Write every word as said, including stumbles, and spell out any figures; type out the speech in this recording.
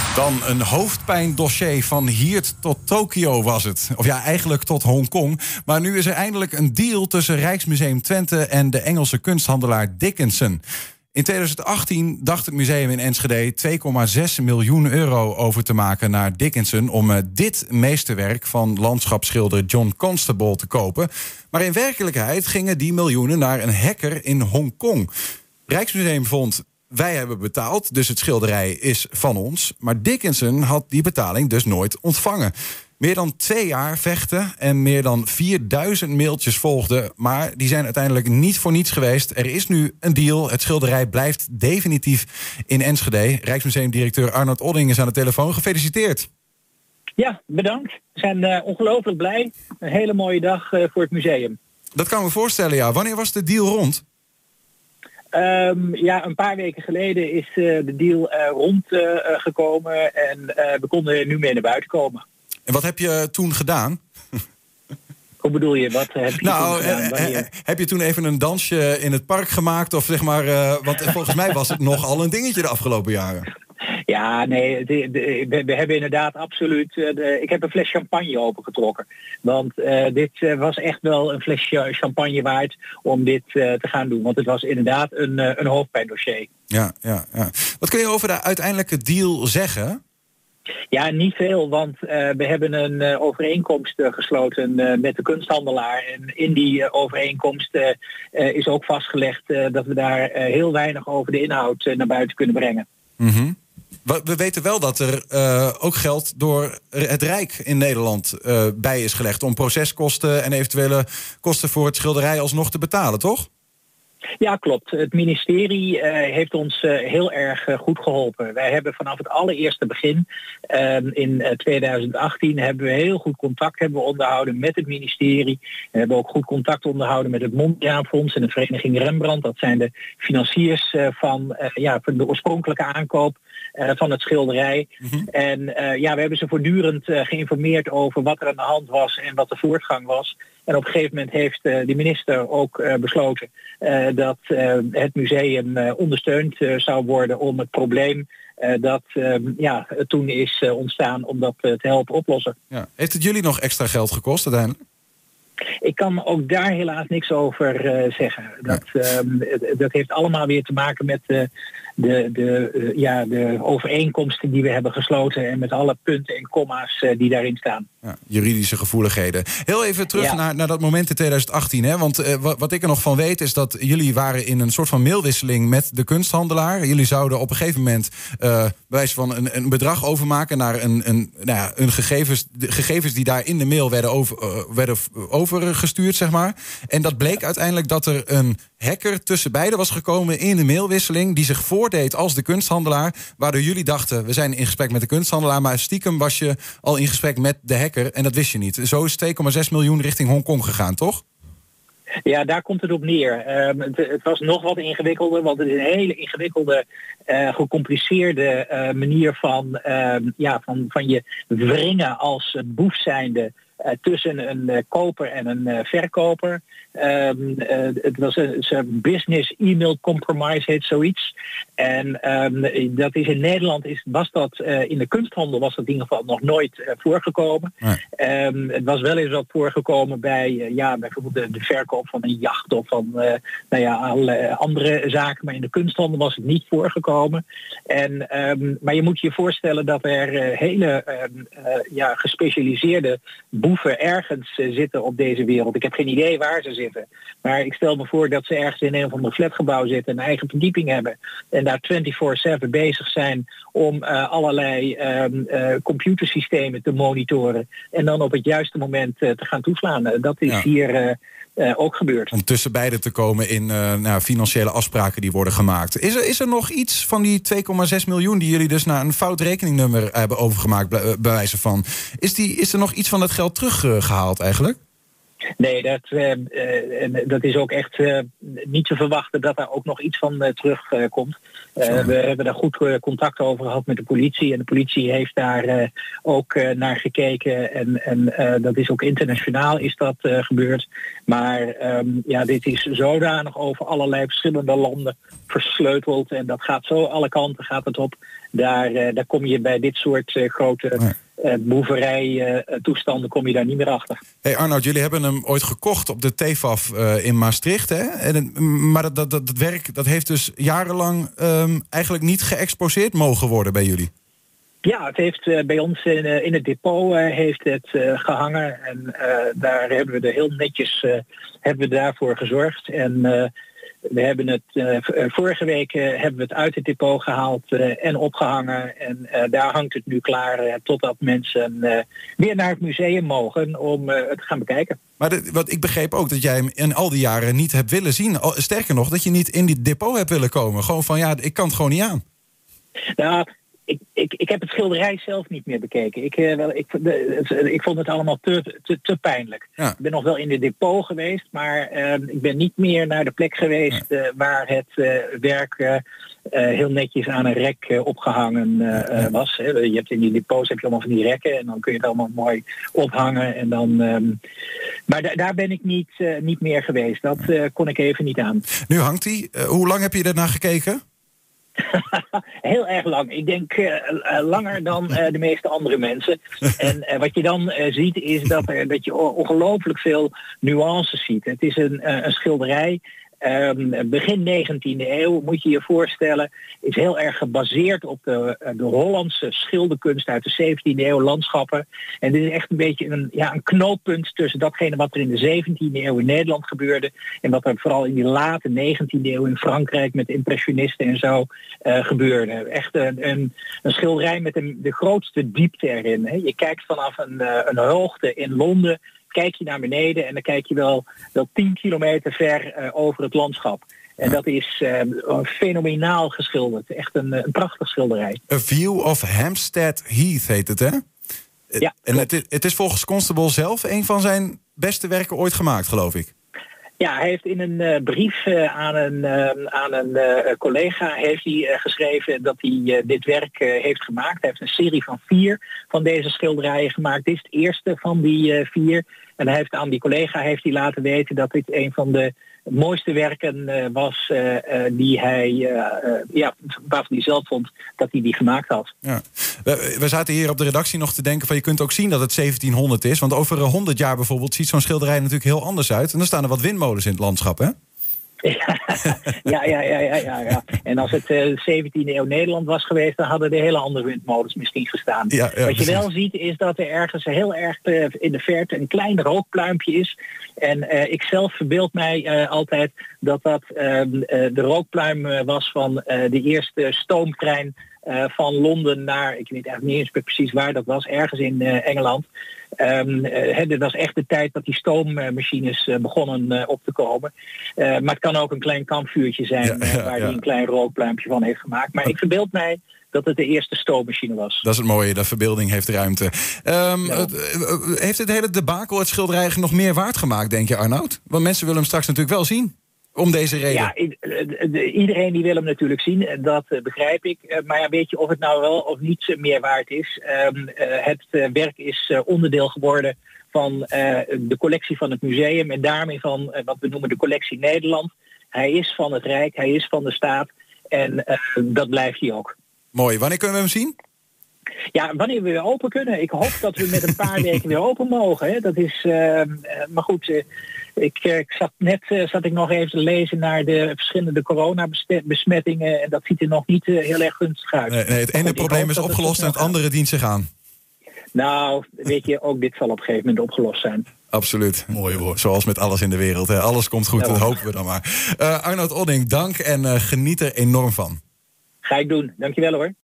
Dan een hoofdpijndossier van hier tot Tokio was het. Of ja, eigenlijk tot Hongkong. Maar nu is er eindelijk een deal tussen Rijksmuseum Twente en de Engelse kunsthandelaar Dickinson. In tweeduizend achttien dacht het museum in Enschede twee komma zes miljoen euro over te maken naar Dickinson om uh, dit meesterwerk van landschapsschilder John Constable te kopen. Maar in werkelijkheid gingen die miljoenen naar een hacker in Hongkong. Rijksmuseum vond: wij hebben betaald, dus het schilderij is van ons. Maar Dickinson had die betaling dus nooit ontvangen. Meer dan twee jaar vechten en meer dan vierduizend mailtjes volgden. Maar die zijn uiteindelijk niet voor niets geweest. Er is nu een deal. Het schilderij blijft definitief in Enschede. Rijksmuseumdirecteur Arnold Odding is aan de telefoon. Gefeliciteerd. Ja, bedankt. We zijn uh, ongelooflijk blij. Een hele mooie dag uh, voor het museum. Dat kan ik me voorstellen, ja. Wanneer was de deal rond? Um, ja, een paar weken geleden is uh, de deal uh, rondgekomen uh, en uh, we konden er nu mee naar buiten komen. En wat heb je toen gedaan? Hoe bedoel je? Wat heb je nou, toen gedaan? He, he, heb je toen even een dansje in het park gemaakt? Of zeg maar, uh, want volgens mij was het nogal een dingetje de afgelopen jaren. Ja, nee, de, de, we, we hebben inderdaad absoluut... Uh, de, ik heb een fles champagne opengetrokken. Want uh, dit uh, was echt wel een fles champagne waard om dit uh, te gaan doen. Want het was inderdaad een, uh, een hoofdpijndossier. Ja, ja, ja. Wat kun je over de uiteindelijke deal zeggen? Ja, niet veel, want uh, we hebben een uh, overeenkomst uh, gesloten uh, met de kunsthandelaar. En in die uh, overeenkomst uh, uh, is ook vastgelegd uh, dat we daar uh, heel weinig over de inhoud uh, naar buiten kunnen brengen. Mm-hmm. We weten wel dat er uh, ook geld door het Rijk in Nederland uh, bij is gelegd om proceskosten en eventuele kosten voor het schilderij alsnog te betalen, toch? Ja, klopt. Het ministerie uh, heeft ons uh, heel erg uh, goed geholpen. Wij hebben vanaf het allereerste begin uh, in uh, tweeduizend achttien hebben we heel goed contact hebben we onderhouden met het ministerie. We hebben ook goed contact onderhouden met het Mondriaanfonds en de Vereniging Rembrandt. Dat zijn de financiers uh, van, uh, ja, van de oorspronkelijke aankoop uh, van het schilderij. Mm-hmm. En uh, ja, we hebben ze voortdurend uh, geïnformeerd over wat er aan de hand was en wat de voortgang was. En op een gegeven moment heeft uh, de minister ook uh, besloten uh, dat uh, het museum uh, ondersteund uh, zou worden om het probleem uh, dat uh, ja, toen is uh, ontstaan om dat uh, te helpen oplossen. Ja. Heeft het jullie nog extra geld gekost uiteindelijk? Ik kan ook daar helaas niks over uh, zeggen. Dat, uh, dat heeft allemaal weer te maken met uh, de, de, uh, ja, de overeenkomsten die we hebben gesloten en met alle punten en komma's uh, die daarin staan. Ja, juridische gevoeligheden. Heel even terug ja. naar, naar dat moment in tweeduizend achttien. Hè? Want uh, wat, wat ik er nog van weet is dat jullie waren in een soort van mailwisseling met de kunsthandelaar. Jullie zouden op een gegeven moment uh, bij wijze van een, een bedrag overmaken naar een, een, nou ja, een gegevens, de gegevens die daar in de mail werden, over, uh, werden overgestuurd, zeg maar. En dat bleek uiteindelijk dat er een hacker tussen beiden was gekomen in de mailwisseling die zich voordeed als de kunsthandelaar, waardoor jullie dachten, we zijn in gesprek met de kunsthandelaar, maar stiekem was je al in gesprek met de hacker en dat wist je niet. Zo is twee komma zes miljoen richting Hongkong gegaan, toch? Ja, daar komt het op neer. Um, het, het was nog wat ingewikkelder, want het is een hele ingewikkelde, uh, gecompliceerde uh, manier van, uh, ja, van, van je wringen als boef zijnde Uh, tussen een uh, koper en een uh, verkoper. Um, uh, het was een, een business e-mail compromise, heet zoiets. En um, dat is in Nederland, is, was dat uh, in de kunsthandel was dat in ieder geval nog nooit uh, voorgekomen. Nee. Um, het was wel eens wat voorgekomen bij uh, ja, bijvoorbeeld de, de verkoop van een jacht of van uh, nou ja, alle andere zaken. Maar in de kunsthandel was het niet voorgekomen. En, um, maar je moet je voorstellen dat er uh, hele uh, uh, ja, gespecialiseerde boeven ergens uh, zitten op deze wereld. Ik heb geen idee waar ze zitten. Maar ik stel me voor dat ze ergens in een of ander flatgebouw zitten, een eigen verdieping hebben en daar vierentwintig zeven bezig zijn om uh, allerlei um, uh, computersystemen te monitoren en dan op het juiste moment uh, te gaan toeslaan. Uh, dat is ja. hier uh, uh, ook gebeurd. Om tussen beiden te komen in uh, nou, financiële afspraken die worden gemaakt. Is er, is er nog iets van die twee komma zes miljoen die jullie dus naar een fout rekeningnummer hebben overgemaakt, bij, bij wijze van? Is, die, is er nog iets van dat geld teruggehaald eigenlijk? Nee, dat, uh, uh, dat is ook echt uh, niet te verwachten dat daar ook nog iets van uh, terugkomt. Uh, we hebben daar goed uh, contact over gehad met de politie. En de politie heeft daar uh, ook uh, naar gekeken. En, en uh, dat is ook internationaal is dat uh, gebeurd. Maar um, ja, dit is zodanig over allerlei verschillende landen versleuteld. En dat gaat zo alle kanten gaat het op. Daar, uh, daar kom je bij dit soort uh, grote... Nee. Uh, boeverijtoestanden uh, kom je daar niet meer achter. Hey Arnoud, jullie hebben hem ooit gekocht op de T F A F uh, in Maastricht. Hè? En, maar dat, dat, dat werk dat heeft dus jarenlang um, eigenlijk niet geëxposeerd mogen worden bij jullie. Ja, het heeft uh, bij ons in, uh, in het depot uh, heeft het uh, gehangen. En uh, daar hebben we er heel netjes uh, hebben we daarvoor gezorgd. En uh, we hebben het uh, vorige week uh, hebben we het uit het depot gehaald uh, en opgehangen. En uh, daar hangt het nu klaar uh, totdat mensen uh, weer naar het museum mogen om uh, het te gaan bekijken. Maar de, wat ik begreep ook dat jij hem in al die jaren niet hebt willen zien. Sterker nog, dat je niet in dit depot hebt willen komen. Gewoon van ja, ik kan het gewoon niet aan. Nou, Ik, ik, ik heb het schilderij zelf niet meer bekeken. Ik, uh, wel, ik, de, het, ik vond het allemaal te, te, te pijnlijk. Ja. Ik ben nog wel in de depot geweest, maar uh, ik ben niet meer naar de plek geweest uh, waar het uh, werk uh, uh, heel netjes aan een rek uh, opgehangen uh, uh, was. Hè. Je hebt in die depots heb je allemaal van die rekken en dan kun je het allemaal mooi ophangen. En dan, um, maar da- daar ben ik niet, uh, niet meer geweest. Dat uh, kon ik even niet aan. Nu hangt hij. Uh, hoe lang heb je ernaar gekeken? Heel erg lang. Ik denk uh, langer dan uh, de meeste andere mensen. En uh, wat je dan uh, ziet is dat, er, dat je ongelooflijk veel nuances ziet. Het is een, uh, een schilderij. Um, begin negentiende eeuw, moet je je voorstellen, is heel erg gebaseerd op de, de Hollandse schilderkunst uit de zeventiende eeuw, landschappen. En dit is echt een beetje een, ja, een knooppunt tussen datgene wat er in de zeventiende eeuw in Nederland gebeurde en wat er vooral in die late negentiende eeuw in Frankrijk met impressionisten en zo uh, gebeurde. Echt een, een, een schilderij met een, de grootste diepte erin. Hè. Je kijkt vanaf een, een hoogte in Londen, kijk je naar beneden en dan kijk je wel, wel tien kilometer ver uh, over het landschap. En dat is uh, fenomenaal geschilderd. Echt een, een prachtig schilderij. A View of Hampstead Heath heet het, hè? Ja, en het, het is volgens Constable zelf een van zijn beste werken ooit gemaakt, geloof ik. Ja, hij heeft in een uh, brief uh, aan een, uh, aan een uh, collega heeft hij, uh, geschreven dat hij uh, dit werk uh, heeft gemaakt. Hij heeft een serie van vier van deze schilderijen gemaakt. Dit is het eerste van die uh, vier. En hij heeft aan die collega heeft hij laten weten dat dit een van de mooiste werken uh, was uh, uh, die hij, uh, uh, ja, waarvan hij zelf vond dat hij die gemaakt had. Ja. We, we zaten hier op de redactie nog te denken van je kunt ook zien dat het zeventienhonderd is. Want over honderd jaar bijvoorbeeld ziet zo'n schilderij natuurlijk heel anders uit. En dan staan er wat windmolens in het landschap, hè? Ja, ja, ja, ja, ja, ja. En als het uh, zeventiende eeuw Nederland was geweest, dan hadden er hele andere windmolens misschien gestaan. Ja, ja, Wat je wel ziet is dat er ergens heel erg uh, in de verte een klein rookpluimpje is. En uh, ik zelf verbeeld mij uh, altijd dat dat uh, uh, de rookpluim uh, was van uh, de eerste stoomtrein uh, van Londen naar, ik weet eigenlijk niet eens precies waar dat was, ergens in uh, Engeland. Um, uh, dat was echt de tijd dat die stoommachines uh, begonnen uh, op te komen. Uh, maar het kan ook een klein kampvuurtje zijn ja, ja, uh, waar hij ja. een klein rookpluimpje van heeft gemaakt. Maar ik verbeeld mij dat het de eerste stoommachine was. Dat is het mooie, dat verbeelding heeft ruimte. Um, ja. uh, heeft het hele debakel het schilderij eigenlijk nog meer waard gemaakt, denk je, Arnoud? Want mensen willen hem straks natuurlijk wel zien. Om deze reden. Ja, iedereen die wil hem natuurlijk zien, dat begrijp ik. Maar ja, weet je of het nou wel of niet meer waard is? Het werk is onderdeel geworden van de collectie van het museum en daarmee van wat we noemen de collectie Nederland. Hij is van het Rijk, hij is van de staat en dat blijft hij ook. Mooi. Wanneer kunnen we hem zien? Ja, wanneer we weer open kunnen. Ik hoop dat we met een paar weken weer open mogen. Hè. Dat is, uh, maar goed, uh, ik, ik zat net uh, zat ik nog even te lezen naar de verschillende coronabesmettingen en dat ziet er nog niet uh, heel erg gunstig uit. Nee, nee, het ene goed, probleem is opgelost en het andere dient zich aan. Nou, weet je, ook dit zal op een gegeven moment opgelost zijn. Absoluut. Mooi woord. Zoals met alles in de wereld. Hè. Alles komt goed, ja, dat hopen we dan maar. Uh, Arnoud Odding, dank en uh, geniet er enorm van. Ga ik doen. Dankjewel hoor.